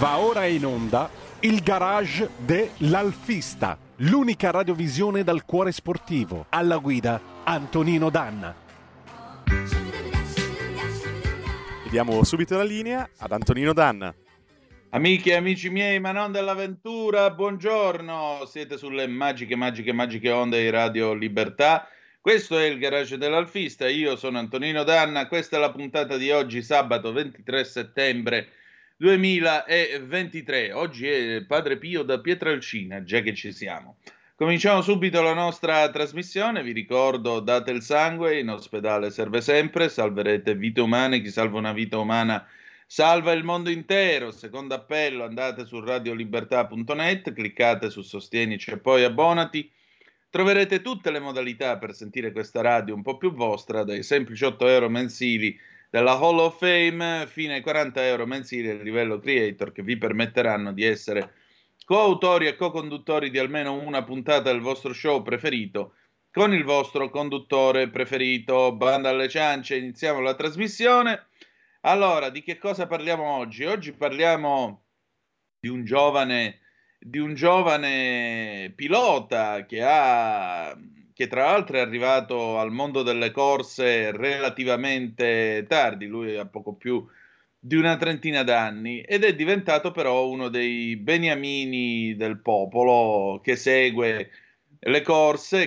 Va ora in onda il garage dell'Alfista, l'unica radiovisione dal cuore sportivo. Alla guida Antonino Danna. Diamo subito la linea ad Antonino Danna. Amiche e amici miei, ma non dell'avventura, buongiorno. Siete sulle magiche onde di Radio Libertà. Questo è il garage dell'Alfista. Io sono Antonino Danna. Questa è la puntata di oggi, sabato 23 settembre 2023. Oggi è Padre Pio da Pietrelcina, già che ci siamo. Cominciamo subito la nostra trasmissione. Vi ricordo, date il sangue, in ospedale serve sempre, salverete vite umane, chi salva una vita umana salva il mondo intero. Secondo appello, andate su radiolibertà.net, cliccate su Sostienici e poi abbonati. Troverete tutte le modalità per sentire questa radio un po' più vostra, dai semplici 8 euro mensili della Hall of Fame fino ai 40 euro mensili a livello creator, che vi permetteranno di essere coautori e co-conduttori di almeno una puntata del vostro show preferito con il vostro conduttore preferito. Banda alle ciance, iniziamo la trasmissione. Allora, di che cosa parliamo oggi? Oggi parliamo di un giovane pilota che tra l'altro è arrivato al mondo delle corse relativamente tardi. Lui ha poco più di una trentina d'anni ed è diventato però uno dei beniamini del popolo che segue le corse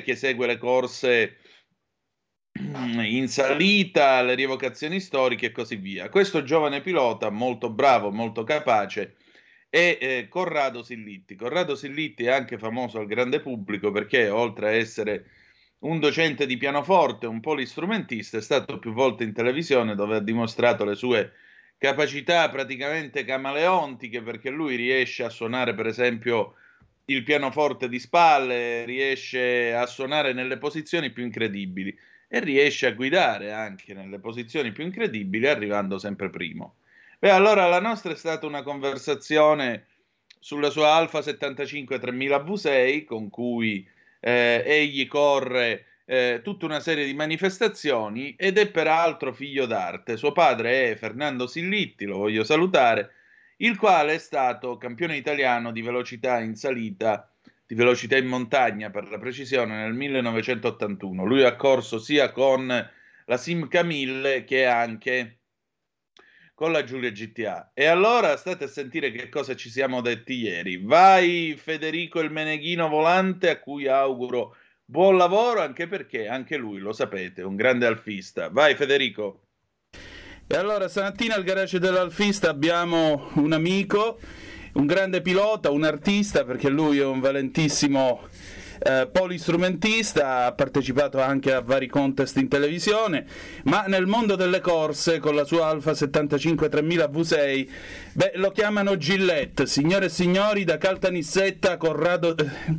in salita, le rievocazioni storiche e così via. Questo giovane pilota molto bravo, molto capace è Corrado Sillitti. Corrado Sillitti è anche famoso al grande pubblico perché, oltre a essere un docente di pianoforte, un polistrumentista, è stato più volte in televisione dove ha dimostrato le sue capacità praticamente camaleontiche, perché lui riesce a suonare per esempio il pianoforte di spalle, riesce a suonare nelle posizioni più incredibili e riesce a guidare anche nelle posizioni più incredibili, arrivando sempre primo. Beh, allora la nostra è stata una conversazione sulla sua Alfa 75 3000 V6 con cui egli corre tutta una serie di manifestazioni ed è peraltro figlio d'arte. Suo padre è Fernando Sillitti, lo voglio salutare, il quale è stato campione italiano di velocità in salita, di velocità in montagna per la precisione, nel 1981. Lui ha corso sia con la Simca 1000 che anche con la Giulia GTA. E allora state a sentire che cosa ci siamo detti ieri. Vai Federico il Meneghino volante, a cui auguro buon lavoro, anche perché anche lui, lo sapete, è un grande alfista. Vai Federico. E allora stamattina al garage dell'Alfista abbiamo un amico, un grande pilota, un artista, perché lui è un valentissimo polistrumentista, ha partecipato anche a vari contest in televisione, ma nel mondo delle corse con la sua Alfa 75 3000 V6 lo chiamano Gillette. Signore e signori, da Caltanissetta Corrado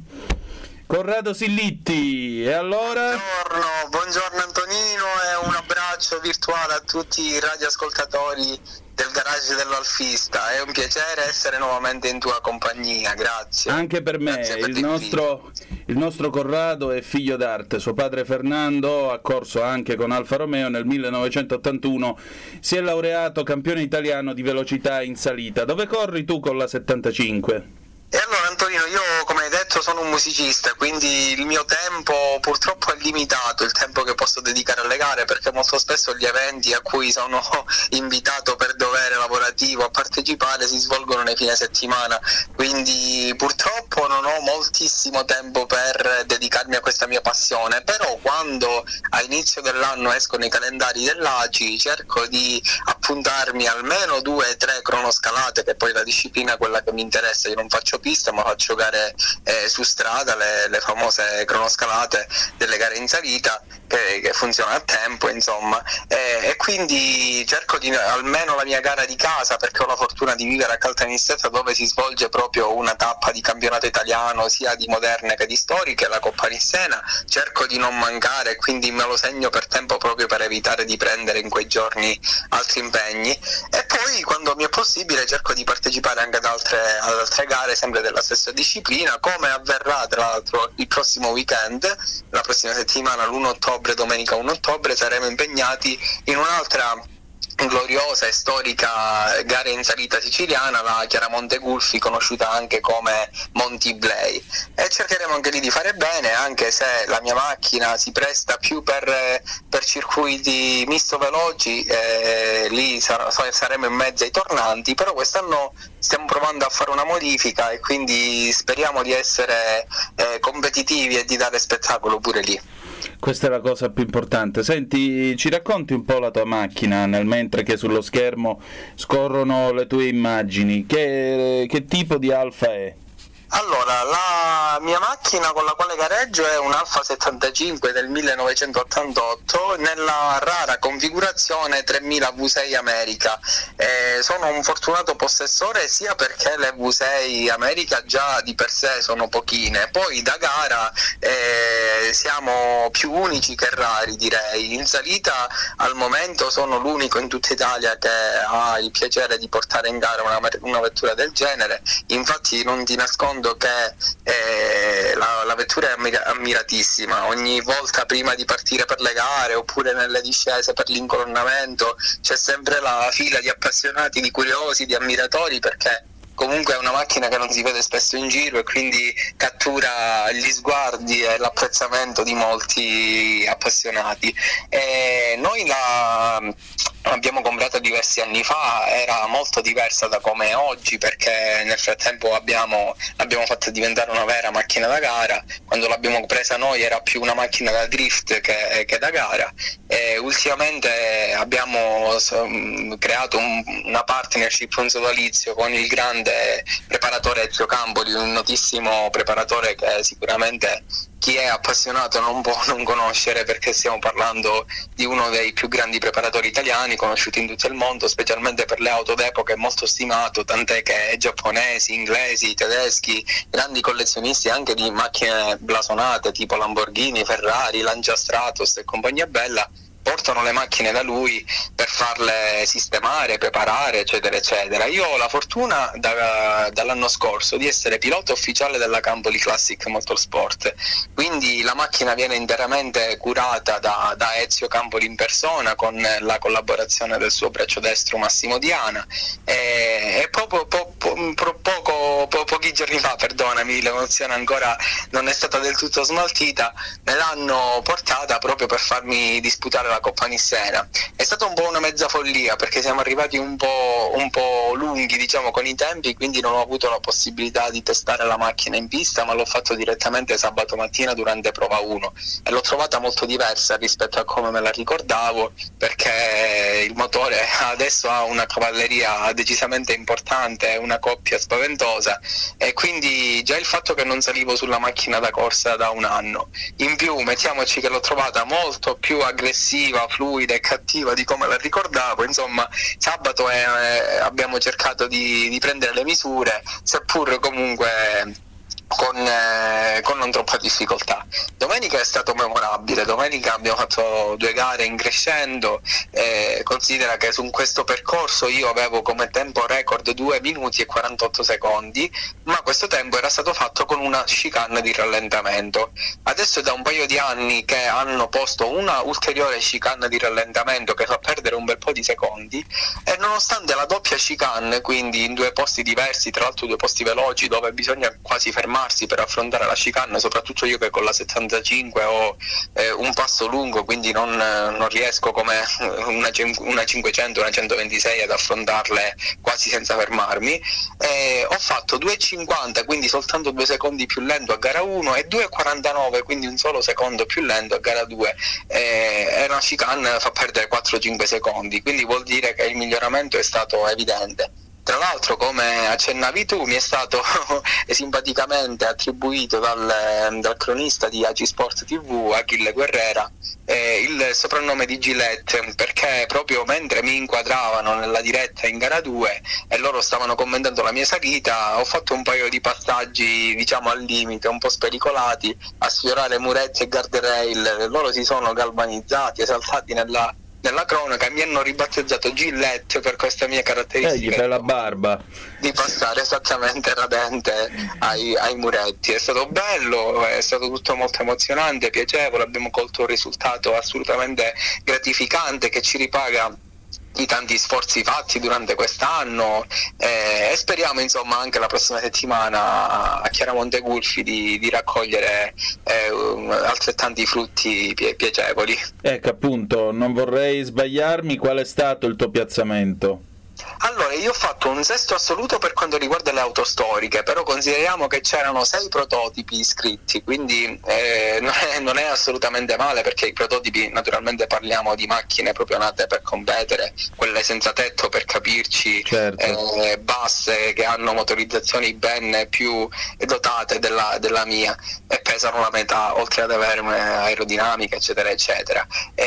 Sillitti. E allora? Buongiorno Antonino e un abbraccio virtuale a tutti i radioascoltatori del garage dell'Alfista. È un piacere essere nuovamente in tua compagnia, grazie. Anche per me. Il nostro Corrado è figlio d'arte. Suo padre Fernando ha corso anche con Alfa Romeo. Nel 1981 si è laureato campione italiano di velocità in salita. Dove corri tu con la 75? E allora Antonino, io come hai detto sono un musicista, quindi il mio tempo purtroppo è limitato, il tempo che posso dedicare alle gare, perché molto spesso gli eventi a cui sono invitato per dovere lavorativo a partecipare si svolgono nei fine settimana, quindi purtroppo non ho moltissimo tempo per dedicarmi a questa mia passione, però quando a inizio dell'anno escono i calendari dell'ACI cerco di appuntarmi almeno 2 o 3 cronoscalate, che poi è la disciplina quella che mi interessa. Io non faccio pista ma faccio gare su strada, le famose cronoscalate delle gare in salita che funzionano a tempo, insomma, e quindi cerco di almeno la mia gara di casa, perché ho la fortuna di vivere a Caltanissetta, dove si svolge proprio una tappa di campionato italiano sia di moderne che di storiche, la Coppa Nissena. Cerco di non mancare, quindi me lo segno per tempo proprio per evitare di prendere in quei giorni altri impegni, e poi quando mi è possibile cerco di partecipare anche ad altre gare sempre della stessa disciplina, come avverrà tra l'altro il prossimo weekend, la prossima settimana, l'1 ottobre, domenica 1 ottobre, saremo impegnati in un'altra gloriosa e storica gara in salita siciliana, la Chiaramonte Gulfi, conosciuta anche come Monti Blay, e cercheremo anche lì di fare bene, anche se la mia macchina si presta più per circuiti misto veloci, lì saremo in mezzo ai tornanti, però quest'anno stiamo provando a fare una modifica e quindi speriamo di essere competitivi e di dare spettacolo pure lì. Questa è la cosa più importante. Senti, ci racconti un po' la tua macchina mentre che sullo schermo scorrono le tue immagini, che tipo di Alfa è? Allora, la mia macchina con la quale gareggio è un Alfa 75 del 1988 nella rara configurazione 3000 V6 America. Sono un fortunato possessore sia perché le V6 America già di per sé sono pochine, poi da gara siamo più unici che rari, direi. In salita al momento sono l'unico in tutta Italia che ha il piacere di portare in gara una vettura del genere, infatti non ti nascondo che la vettura è ammiratissima. Ogni volta prima di partire per le gare oppure nelle discese per l'incolonnamento c'è sempre la fila di appassionati, di curiosi, di ammiratori, perché comunque è una macchina che non si vede spesso in giro e quindi cattura gli sguardi e l'apprezzamento di molti appassionati. Noi l'abbiamo comprata diversi anni fa, era molto diversa da come è oggi, perché nel frattempo l'abbiamo fatta diventare una vera macchina da gara. Quando l'abbiamo presa noi era più una macchina da drift che da gara, e ultimamente abbiamo creato una partnership, un sodalizio con il grande preparatore Ezio Campoli, un notissimo preparatore che sicuramente chi è appassionato non può non conoscere, perché stiamo parlando di uno dei più grandi preparatori italiani conosciuti in tutto il mondo, specialmente per le auto d'epoca, è molto stimato, tant'è che giapponesi, inglesi, tedeschi, grandi collezionisti anche di macchine blasonate tipo Lamborghini, Ferrari, Lancia Stratos e compagnia bella portano le macchine da lui per farle sistemare, preparare, eccetera eccetera. Io ho la fortuna dall'anno scorso di essere pilota ufficiale della Campoli Classic Motorsport, quindi la macchina viene interamente curata da Ezio Campoli in persona, con la collaborazione del suo braccio destro Massimo Diana, e pochi giorni fa, perdonami, l'emozione ancora non è stata del tutto smaltita, me l'hanno portata proprio per farmi disputare la Coppa Nissena. È stata un po' una mezza follia, perché siamo arrivati un po' lunghi, diciamo, con i tempi, quindi non ho avuto la possibilità di testare la macchina in pista, ma l'ho fatto direttamente sabato mattina durante prova 1 e l'ho trovata molto diversa rispetto a come me la ricordavo, perché il motore adesso ha una cavalleria decisamente importante, una coppia spaventosa, e quindi già il fatto che non salivo sulla macchina da corsa da un anno, in più mettiamoci che l'ho trovata molto più aggressiva, fluida e cattiva di come la ricordavo. Insomma, sabato abbiamo cercato di prendere le misure, seppur comunque con non troppa difficoltà. Domenica è stato memorabile. Domenica abbiamo fatto 2 gare in crescendo, considera che su questo percorso io avevo come tempo record 2 minuti e 48 secondi, ma questo tempo era stato fatto con una chicane di rallentamento. Adesso è da un paio di anni che hanno posto una ulteriore chicane di rallentamento che fa perdere un bel po' di secondi, e nonostante la doppia chicane, quindi in 2 posti diversi, tra l'altro 2 posti veloci dove bisogna quasi fermarsi per affrontare la chicane, soprattutto io che con la 75 ho un passo lungo, quindi non riesco come una 500, una 126 ad affrontarle quasi senza fermarmi. Ho fatto 2,50, quindi soltanto 2 secondi più lento a gara 1, e 2,49, quindi un solo secondo più lento a gara 2, e una chicane fa perdere 4-5 secondi, quindi vuol dire che il miglioramento è stato evidente. Tra l'altro, come accennavi tu, mi è stato simpaticamente attribuito dal cronista di AG Sport TV, Achille Guerrera, il soprannome di Gillette, perché proprio mentre mi inquadravano nella diretta in gara 2 e loro stavano commentando la mia salita, ho fatto un paio di passaggi, diciamo, al limite, un po' spericolati, a sfiorare muretti e guardrail. Loro si sono galvanizzati, esaltati nella cronaca, e mi hanno ribattezzato Gillette per questa mia caratteristica, per la barba, di passare esattamente radente ai muretti. È stato bello, è stato tutto molto emozionante, piacevole, abbiamo colto un risultato assolutamente gratificante che ci ripaga i tanti sforzi fatti durante quest'anno, e speriamo insomma anche la prossima settimana a Chiaramonte Gulfi di raccogliere altrettanti frutti piacevoli. Ecco, appunto, non vorrei sbagliarmi, qual è stato il tuo piazzamento? Allora, io ho fatto un sesto assoluto per quanto riguarda le auto storiche, però consideriamo che c'erano 6 prototipi iscritti, quindi non è assolutamente male, perché i prototipi, naturalmente parliamo di macchine proprio nate per competere, quelle senza tetto per capirci, certo. Basse, che hanno motorizzazioni ben più dotate della mia e pesano la metà, oltre ad avere aerodinamica eccetera eccetera.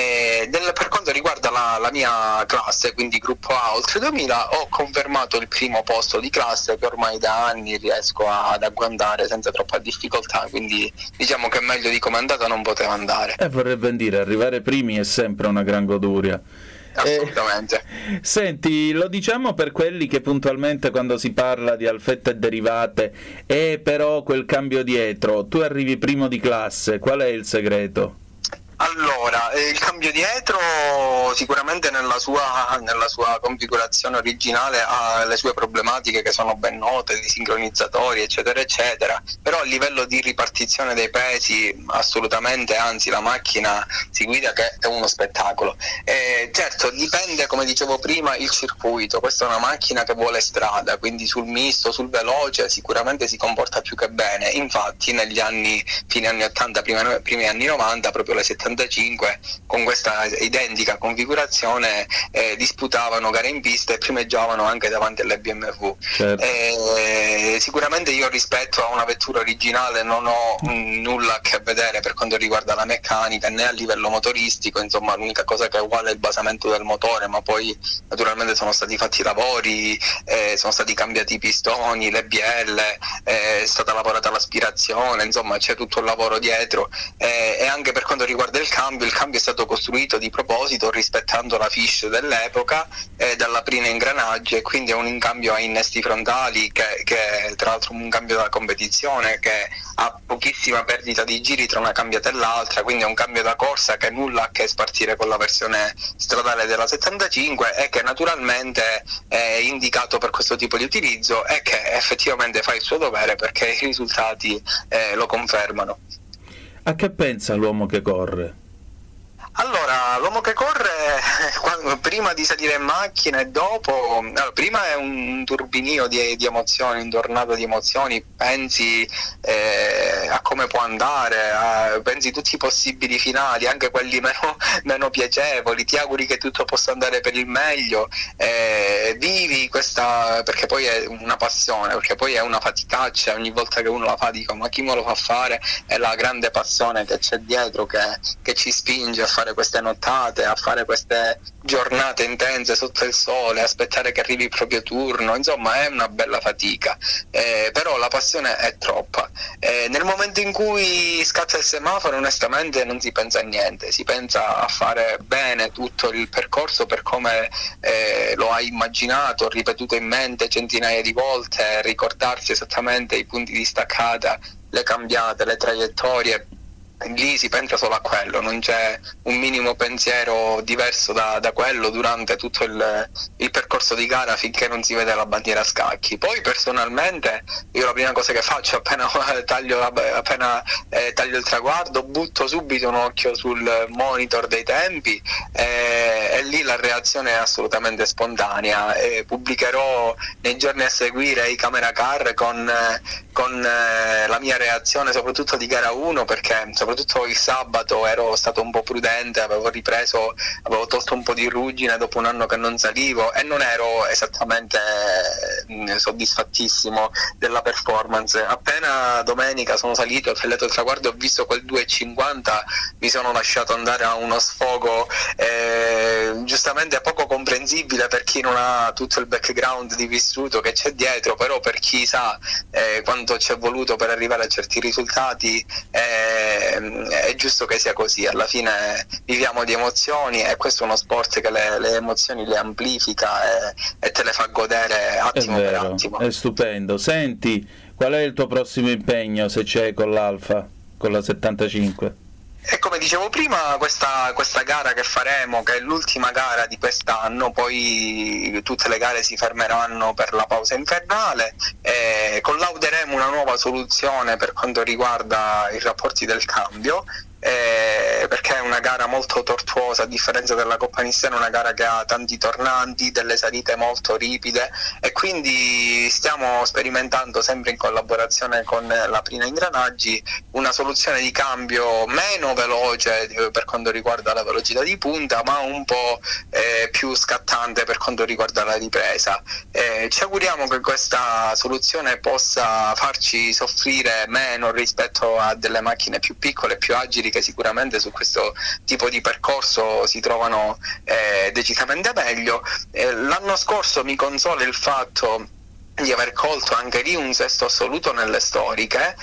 Per quanto riguarda la mia classe, quindi gruppo A oltre 2000, ho confermato il primo posto di classe che ormai da anni riesco ad agguantare senza troppa difficoltà, quindi diciamo che meglio di come è andata non poteva andare. Vorrebbe dire, arrivare primi è sempre una gran goduria. Assolutamente. Senti, lo diciamo per quelli che puntualmente quando si parla di Alfetta e derivate però quel cambio dietro, tu arrivi primo di classe, qual è il segreto? Allora, il cambio dietro sicuramente nella sua configurazione originale ha le sue problematiche che sono ben note, di sincronizzatori eccetera eccetera, però a livello di ripartizione dei pesi assolutamente, anzi la macchina si guida che è uno spettacolo. Certo, dipende, come dicevo prima, il circuito. Questa è una macchina che vuole strada, quindi sul misto, sul veloce sicuramente si comporta più che bene. Infatti negli anni, fine anni 80, primi anni 90, proprio le 75 con questa identica configurazione disputavano gare in pista e primeggiavano anche davanti alle BMW. Certo. Sicuramente io rispetto a una vettura originale non ho nulla a che vedere per quanto riguarda la meccanica, né a livello motoristico, insomma l'unica cosa che è uguale è il basamento del motore, ma poi naturalmente sono stati fatti i lavori, sono stati cambiati i pistoni, le bielle, è stata lavorata l'aspirazione, insomma c'è tutto il lavoro dietro, e anche per quanto riguarda il cambio è stato costruito di proposito rispettando la fiche dell'epoca, dalla prima ingranaggi, e quindi è un cambio a innesti frontali che tra l'altro un cambio da competizione che ha pochissima perdita di giri tra una cambiata e l'altra, quindi è un cambio da corsa che nulla a che spartire con la versione stradale della 75 e che naturalmente è indicato per questo tipo di utilizzo e che effettivamente fa il suo dovere perché i risultati lo confermano. A che pensa l'uomo che corre? Allora, l'uomo che corre, prima di salire in macchina e dopo, allora, prima è un turbinio di emozioni, un tornado di emozioni, pensi a come può andare, pensi tutti i possibili finali, anche quelli meno piacevoli, ti auguri che tutto possa andare per il meglio, vivi questa, perché poi è una passione, perché poi è una faticaccia, ogni volta che uno la fa dico ma chi me lo fa fare, è la grande passione che c'è dietro che ci spinge a fare queste nottate, a fare queste giornate intense sotto il sole, aspettare che arrivi il proprio turno, insomma è una bella fatica, però la passione è troppa. Nel momento in cui scatta il semaforo onestamente non si pensa a niente, si pensa a fare bene tutto il percorso per come lo hai immaginato, ripetuto in mente centinaia di volte, ricordarsi esattamente i punti di staccata, le cambiate, le traiettorie. Lì si pensa solo a quello, non c'è un minimo pensiero diverso da quello durante tutto il percorso di gara finché non si vede la bandiera a scacchi. Poi personalmente io la prima cosa che faccio appena taglio il traguardo butto subito un occhio sul monitor dei tempi e lì la reazione è assolutamente spontanea, pubblicherò nei giorni a seguire i camera car con la mia reazione soprattutto di gara 1, perché soprattutto il sabato ero stato un po' prudente, avevo tolto un po' di ruggine dopo un anno che non salivo e non ero esattamente soddisfattissimo della performance. Appena domenica sono salito, ho tagliato il traguardo e ho visto quel 2,50, mi sono lasciato andare a uno sfogo giustamente poco comprensibile per chi non ha tutto il background di vissuto che c'è dietro, però per chi sa quanto ci è voluto per arrivare a certi risultati è giusto che sia così. Alla fine viviamo di emozioni e questo è uno sport che le emozioni le amplifica e te le fa godere attimo per attimo. È stupendo. Senti, qual è il tuo prossimo impegno, se c'è, con l'Alfa, con la 75? E come dicevo prima, questa gara che faremo, che è l'ultima gara di quest'anno, poi tutte le gare si fermeranno per la pausa invernale e collauderemo una nuova soluzione per quanto riguarda i rapporti del cambio, perché è una gara molto tortuosa, a differenza della Coppa Nissena, una gara che ha tanti tornanti, delle salite molto ripide, e quindi stiamo sperimentando, sempre in collaborazione con la Prina Ingranaggi, una soluzione di cambio meno veloce per quanto riguarda la velocità di punta, ma un po' più scattante per quanto riguarda la ripresa. Ci auguriamo che questa soluzione possa farci soffrire meno rispetto a delle macchine più piccole e più agili, che sicuramente su questo tipo di percorso si trovano decisamente meglio. L'anno scorso mi consola il fatto di aver colto anche lì un sesto assoluto nelle storiche,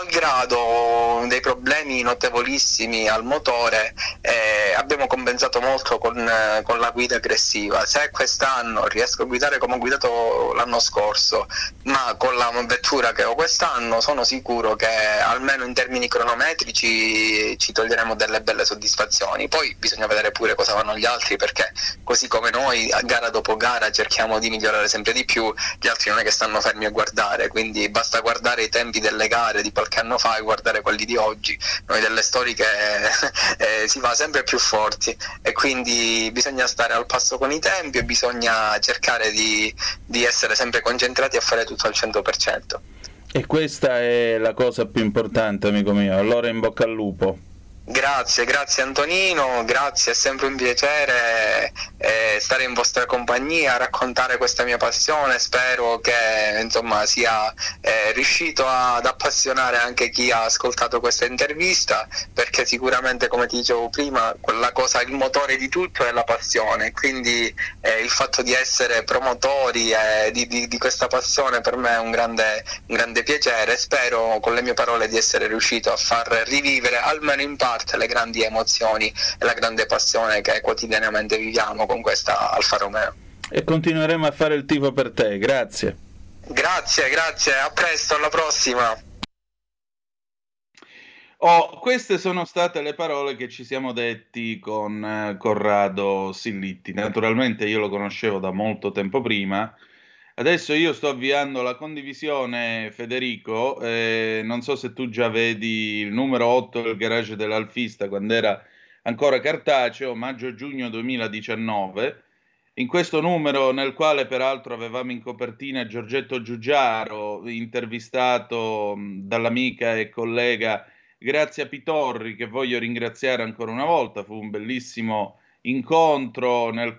malgrado dei problemi notevolissimi al motore. Abbiamo compensato molto con la guida aggressiva. Se quest'anno riesco a guidare come ho guidato l'anno scorso, ma con la vettura che ho quest'anno, sono sicuro che almeno in termini cronometrici ci toglieremo delle belle soddisfazioni. Poi bisogna vedere pure cosa fanno gli altri, perché così come noi gara dopo gara cerchiamo di migliorare sempre di più, gli altri non è che stanno fermi a guardare, quindi basta guardare i tempi delle gare di qualche anno fa e guardare quelli di oggi. Noi delle storiche si va sempre più forti, e quindi bisogna stare al passo con i tempi e bisogna cercare di essere sempre concentrati a fare tutto al 100%. E questa è la cosa più importante, amico mio. Allora in bocca al lupo. Grazie Antonino, grazie, è sempre un piacere stare in vostra compagnia, raccontare questa mia passione. Spero che insomma sia riuscito ad appassionare anche chi ha ascoltato questa intervista, perché sicuramente, come ti dicevo prima, quella cosa, il motore di tutto è la passione, quindi il fatto di essere promotori di questa passione per me è un grande piacere. Spero con le mie parole di essere riuscito a far rivivere almeno in parte le grandi emozioni e la grande passione che quotidianamente viviamo con questa Alfa Romeo. E continueremo a fare il tifo per te, grazie. Grazie, a presto, alla prossima. Queste sono state le parole che ci siamo detti con Corrado Sillitti. Naturalmente io lo conoscevo da molto tempo prima. Adesso io sto avviando la condivisione, Federico, non so se tu già vedi il numero 8 del garage dell'Alfista quando era ancora cartaceo, maggio-giugno 2019. In questo numero, nel quale peraltro avevamo in copertina Giorgetto Giugiaro, intervistato dall'amica e collega Grazia Pitorri, che voglio ringraziare ancora una volta, fu un bellissimo incontro nel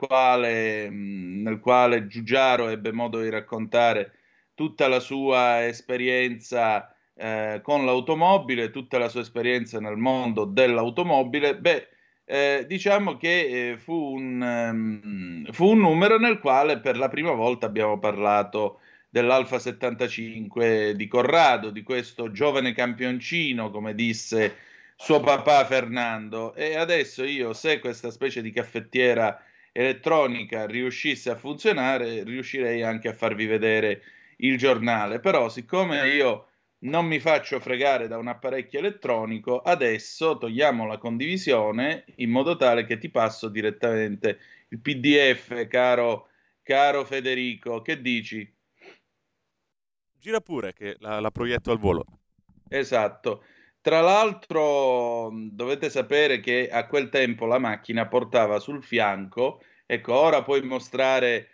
quale Giugiaro ebbe modo di raccontare tutta la sua esperienza con l'automobile, tutta la sua esperienza nel mondo dell'automobile. Diciamo che fu un numero nel quale per la prima volta abbiamo parlato dell'Alfa 75 di Corrado, di questo giovane campioncino, come disse suo papà Fernando. E adesso io, se questa specie di caffettiera elettronica riuscisse a funzionare, riuscirei anche a farvi vedere il giornale. Però, siccome io non mi faccio fregare da un apparecchio elettronico, adesso togliamo la condivisione in modo tale che ti passo direttamente il PDF, caro Federico. Che dici? Gira pure che la proietto al volo. Esatto. Tra l'altro dovete sapere che a quel tempo la macchina portava sul fianco, ecco, ora puoi mostrare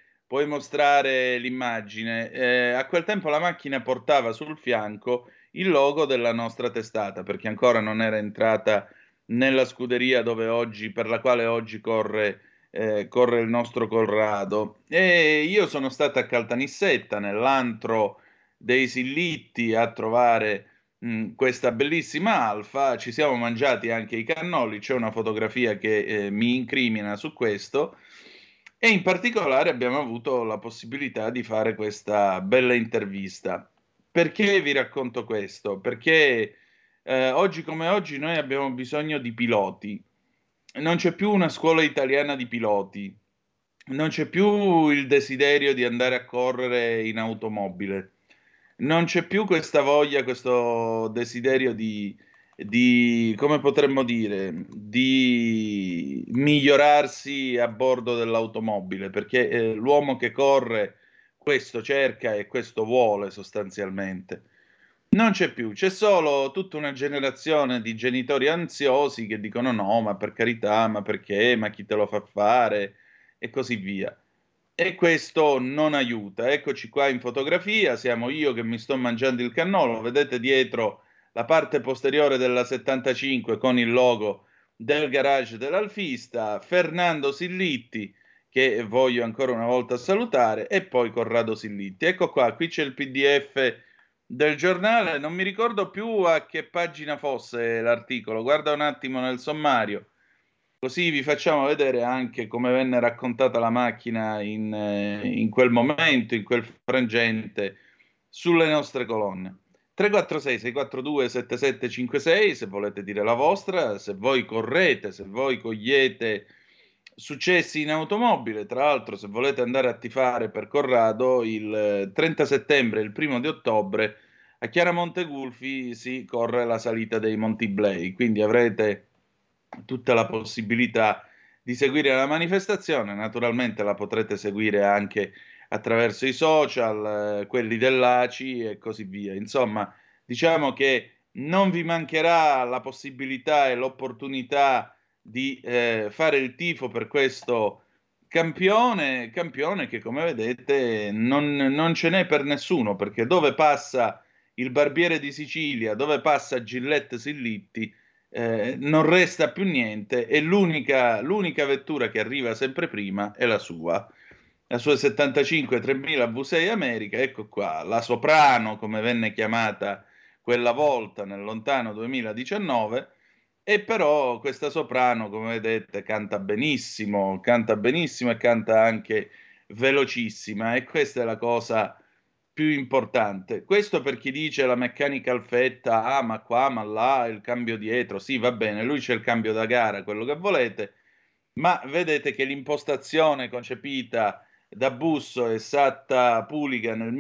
l'immagine, a quel tempo la macchina portava sul fianco il logo della nostra testata, perché ancora non era entrata nella scuderia per la quale oggi corre il nostro Corrado. E io sono stato a Caltanissetta, nell'antro dei Sillitti, a trovare questa bellissima Alfa. Ci siamo mangiati anche i cannoli, c'è una fotografia che mi incrimina su questo, e in particolare abbiamo avuto la possibilità di fare questa bella intervista. Perché vi racconto questo? Perché oggi come oggi noi abbiamo bisogno di piloti. Non c'è più una scuola italiana di piloti, non c'è più il desiderio di andare a correre in automobile. Non c'è più questa voglia, questo desiderio di come potremmo dire, di migliorarsi a bordo dell'automobile, perché l'uomo che corre questo cerca e questo vuole sostanzialmente. Non c'è più, c'è solo tutta una generazione di genitori ansiosi che dicono no, ma per carità, ma perché, ma chi te lo fa fare e così via. E questo non aiuta. Eccoci qua in fotografia, siamo io che mi sto mangiando il cannolo, vedete dietro la parte posteriore della 75 con il logo del garage dell'Alfista, Fernando Sillitti, che voglio ancora una volta salutare, e poi Corrado Sillitti. Ecco qua, qui c'è il PDF del giornale, non mi ricordo più a che pagina fosse l'articolo, guarda un attimo nel sommario. Così vi facciamo vedere anche come venne raccontata la macchina in quel momento, in quel frangente, sulle nostre colonne. 346-642-7756 se volete dire la vostra, se voi correte, se voi cogliete successi in automobile. Tra l'altro, se volete andare a tifare per Corrado, il 30 settembre e il 1 di ottobre a Chiaramonte Gulfi si corre la salita dei Monti Blei, quindi avrete tutta la possibilità di seguire la manifestazione. Naturalmente la potrete seguire anche attraverso i social, quelli dell'ACI e così via. Insomma, diciamo che non vi mancherà la possibilità e l'opportunità di fare il tifo per questo campione che come vedete non ce n'è per nessuno, perché dove passa il Barbiere di Sicilia, dove passa Gillette Sillitti, non resta più niente, e l'unica vettura che arriva sempre prima è la sua 75 3000 V6 America. Ecco qua, la Soprano, come venne chiamata quella volta nel lontano 2019, e però questa Soprano, come vedete, canta benissimo e canta anche velocissima, e questa è la cosa più importante. Questo per chi dice la meccanica alfetta, ah, ma qua, ma là, il cambio dietro. Sì, va bene, lui c'è il cambio da gara, quello che volete, ma vedete che l'impostazione concepita da Busso e Satta Puliga nel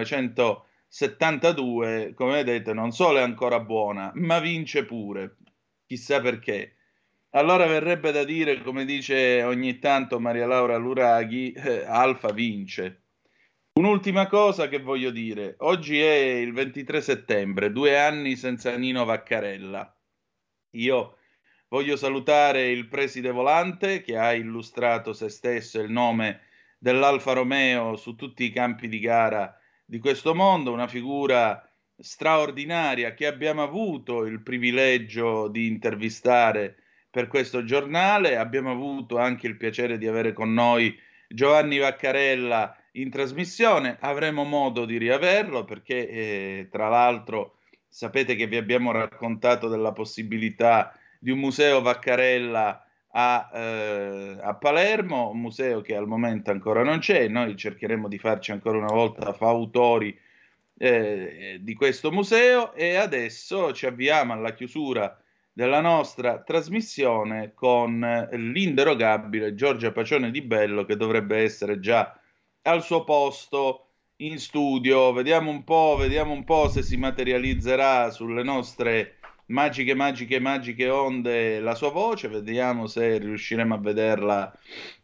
1972, come vedete, non solo è ancora buona, ma vince pure. Chissà perché. Allora verrebbe da dire, come dice ogni tanto Maria Laura Luraghi, Alfa vince. Un'ultima cosa che voglio dire, oggi è il 23 settembre, 2 anni senza Nino Vaccarella. Io voglio salutare il preside volante che ha illustrato se stesso e il nome dell'Alfa Romeo su tutti i campi di gara di questo mondo, una figura straordinaria che abbiamo avuto il privilegio di intervistare per questo giornale. Abbiamo avuto anche il piacere di avere con noi Giovanni Vaccarella in trasmissione, avremo modo di riaverlo perché tra l'altro sapete che vi abbiamo raccontato della possibilità di un museo Vaccarella a Palermo, un museo che al momento ancora non c'è. Noi cercheremo di farci ancora una volta fautori di questo museo, e adesso ci avviamo alla chiusura della nostra trasmissione con l'inderogabile Giorgia Pacione di Bello, che dovrebbe essere già al suo posto in studio. Vediamo un po' se si materializzerà sulle nostre magiche onde la sua voce, vediamo se riusciremo a vederla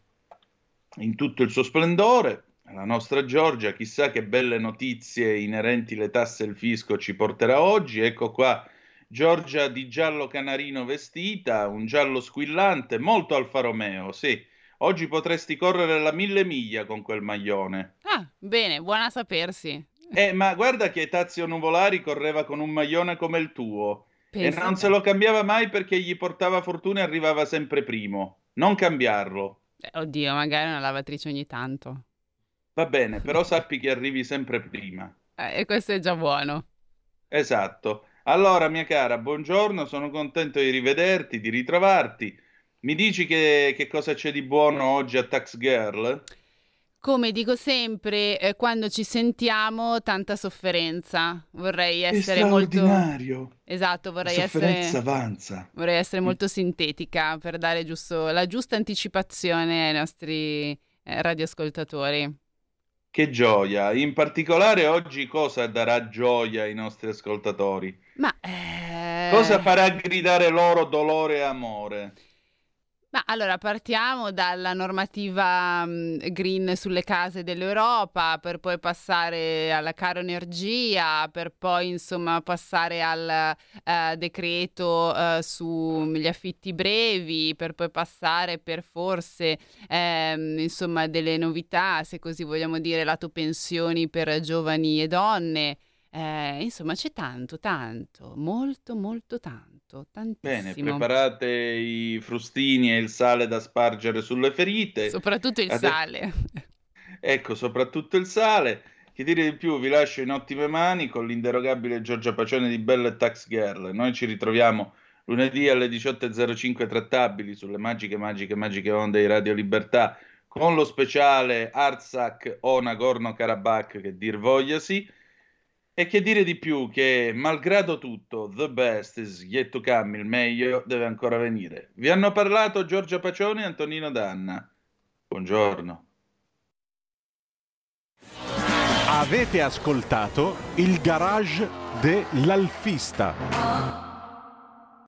in tutto il suo splendore. La nostra Giorgia, chissà che belle notizie inerenti le tasse e il fisco ci porterà oggi. Ecco qua Giorgia di giallo canarino vestita, un giallo squillante, molto Alfa Romeo, sì. Oggi potresti correre la 1000 miglia con quel maglione. Ah, bene, buona a sapersi. Ma guarda che Tazio Nuvolari correva con un maglione come il tuo. Pensa E non te. se lo cambiava mai perché gli portava fortuna e arrivava sempre primo. Non cambiarlo. Oddio, magari una lavatrice ogni tanto. Va bene, però sappi che arrivi sempre prima. E questo è già buono. Esatto. Allora, mia cara, buongiorno, sono contento di rivederti, di ritrovarti. Mi dici che cosa c'è di buono oggi a Tax Girl? Come dico sempre, quando ci sentiamo, tanta sofferenza. Vorrei È essere molto... straordinario. Esatto, La sofferenza avanza. vorrei essere molto sintetica per dare la giusta anticipazione ai nostri radioascoltatori. Che gioia. In particolare oggi cosa darà gioia ai nostri ascoltatori? Ma Cosa farà gridare loro dolore e amore? Ma allora partiamo dalla normativa green sulle case dell'Europa, per poi passare alla caro energia, per poi insomma passare al decreto sugli affitti brevi, per poi passare per forse insomma delle novità, se così vogliamo dire, lato pensioni per giovani e donne. Insomma c'è tanto, molto tantissimo. Bene, preparate i frustini e il sale da spargere sulle ferite. Soprattutto il sale. Ecco, soprattutto il sale. Che dire di più, vi lascio in ottime mani con l'inderogabile Giorgia Pacione di Belle Tax Girl. Noi ci ritroviamo lunedì alle 18.05 trattabili sulle magiche onde di Radio Libertà con lo speciale Artsakh o Nagorno-Karabakh, che dir vogliasi. E che dire di più che, malgrado tutto, the best is yet to come, il meglio deve ancora venire. Vi hanno parlato Giorgia Pacione e Antonino Danna. Buongiorno. Avete ascoltato il garage dell'Alfista.